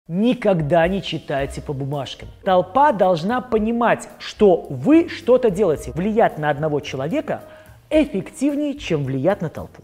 Никогда не читайте по бумажкам. Толпа должна понимать, что вы что-то делаете. Влиять на одного человека эффективнее, чем влиять на толпу.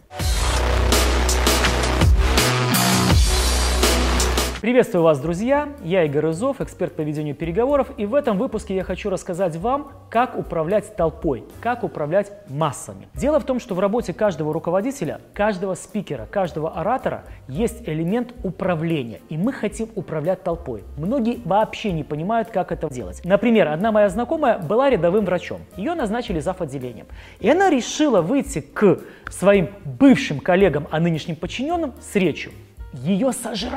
Приветствую вас, друзья! Я Игорь Рызов, эксперт по ведению переговоров, и в этом выпуске я хочу рассказать вам, как управлять толпой, как управлять массами. Дело в том, что в работе каждого руководителя, каждого спикера, каждого оратора есть элемент управления, и мы хотим управлять толпой. Многие вообще не понимают, как это делать. Например, одна моя знакомая была рядовым врачом, ее назначили зав. Отделением, и она решила выйти к своим бывшим коллегам, а нынешним подчиненным с речью. Ее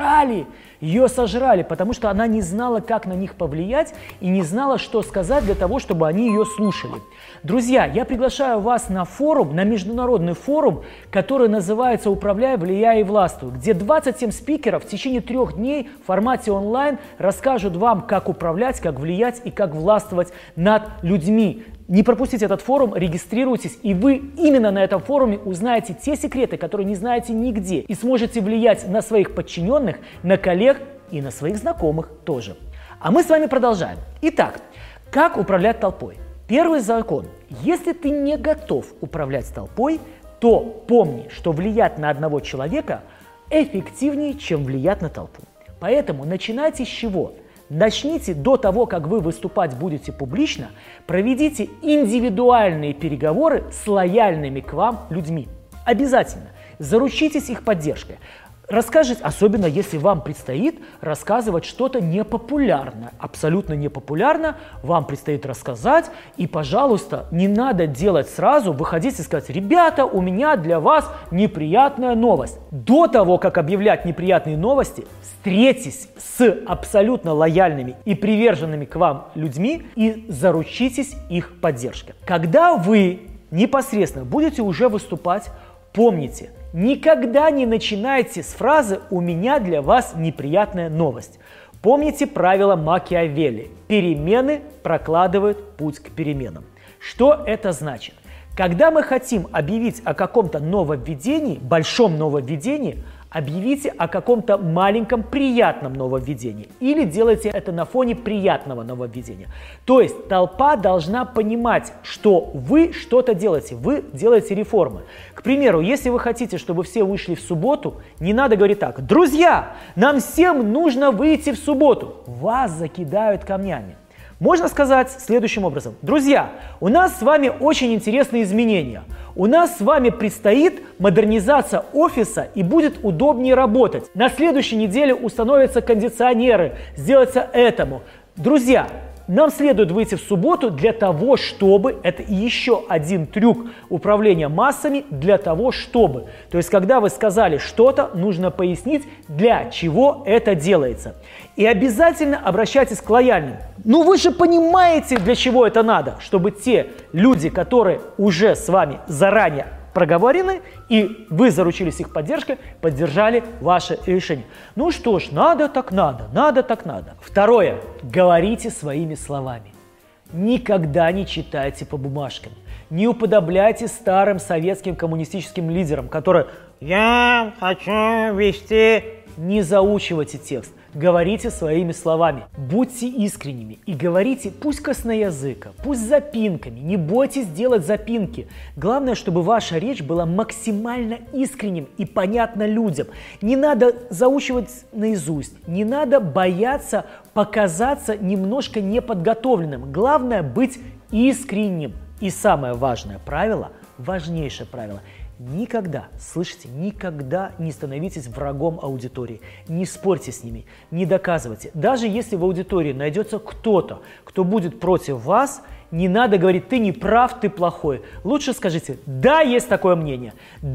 сожрали, потому что она не знала, как на них повлиять и не знала, что сказать для того, чтобы они ее слушали. Друзья, я приглашаю вас на форум, на международный форум, который называется «Управляй, влияй и властвуй», где 27 спикеров в течение 3 дней в формате онлайн расскажут вам, как управлять, как влиять и как властвовать над людьми. Не пропустите этот форум, регистрируйтесь, и вы именно на этом форуме узнаете те секреты, которые не знаете нигде, и сможете влиять на своих подчиненных, на коллег и на своих знакомых тоже. А мы с вами продолжаем. Итак, как управлять толпой? Первый закон. Если ты не готов управлять толпой, то помни, что влиять на одного человека эффективнее, чем влиять на толпу. Поэтому начинайте с чего? Начните до того, как вы выступать будете публично, проведите индивидуальные переговоры с лояльными к вам людьми. Обязательно. Заручитесь их поддержкой. Расскажите, особенно если вам предстоит рассказывать что-то непопулярное, абсолютно непопулярно, вам предстоит рассказать, и, пожалуйста, не надо делать сразу, выходить и сказать: ребята, у меня для вас неприятная новость. До того, как объявлять неприятные новости, встретитесь с абсолютно лояльными и приверженными к вам людьми и заручитесь их поддержкой. Когда вы непосредственно будете уже выступать, помните, никогда не начинайте с фразы «у меня для вас неприятная новость». Помните правило Макиавелли: перемены прокладывают путь к переменам. Что это значит? Когда мы хотим объявить о каком-то нововведении, большом нововведении, объявите о каком-то маленьком приятном нововведении или делайте это на фоне приятного нововведения. То есть толпа должна понимать, что вы что-то делаете, вы делаете реформы. К примеру, если вы хотите, чтобы все вышли в субботу, не надо говорить так: друзья, нам всем нужно выйти в субботу. Вас закидают камнями. Можно сказать следующим образом: друзья, у нас с вами очень интересные изменения. У нас с вами предстоит модернизация офиса и будет удобнее работать. На следующей неделе установятся кондиционеры, сделается этому. Друзья, нам следует выйти в субботу для того, чтобы, это еще один трюк управления массами, для того, чтобы. То есть, когда вы сказали что-то, нужно пояснить, для чего это делается. И обязательно обращайтесь к лояльным. Ну вы же понимаете, для чего это надо, чтобы те люди, которые уже с вами заранее проговорены, и вы заручились их поддержкой, поддержали ваше решение. Ну что ж, надо так надо, надо так надо. Второе. Говорите своими словами. Никогда не читайте по бумажкам. Не уподобляйте старым советским коммунистическим лидерам, которые «я хочу вести». Не заучивайте текст. Говорите своими словами, будьте искренними и говорите, пусть косноязыко, пусть с запинками, не бойтесь делать запинки. Главное, чтобы ваша речь была максимально искренним и понятна людям. Не надо заучивать наизусть, не надо бояться показаться немножко неподготовленным. Главное быть искренним. И самое важное правило, важнейшее правило – никогда, слышите, никогда не становитесь врагом аудитории, не спорьте с ними, не доказывайте. Даже если в аудитории найдется кто-то, кто будет против вас, не надо говорить: ты не прав, ты плохой. Лучше скажите: да, есть такое мнение,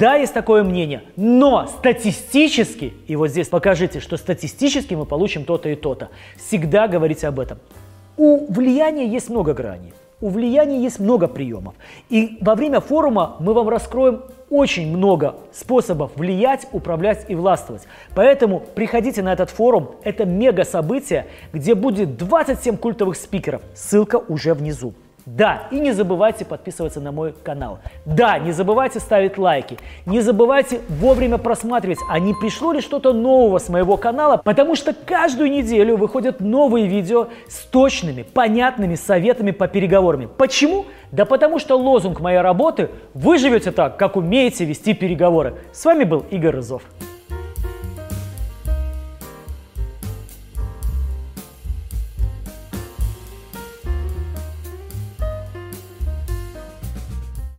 но статистически, и вот здесь покажите, что статистически мы получим то-то и то-то. Всегда говорите об этом. У влияния есть много граней. У влияния есть много приемов. И во время форума мы вам раскроем очень много способов влиять, управлять и властвовать. Поэтому приходите на этот форум. Это мега событие, где будет 27 культовых спикеров. Ссылка уже внизу. Да, и не забывайте подписываться на мой канал. Да, не забывайте ставить лайки. Не забывайте вовремя просматривать, а не пришло ли что-то нового с моего канала, потому что каждую неделю выходят новые видео с точными, понятными советами по переговорам. Почему? Да потому что лозунг моей работы – вы живете так, как умеете вести переговоры. С вами был Игорь Рызов.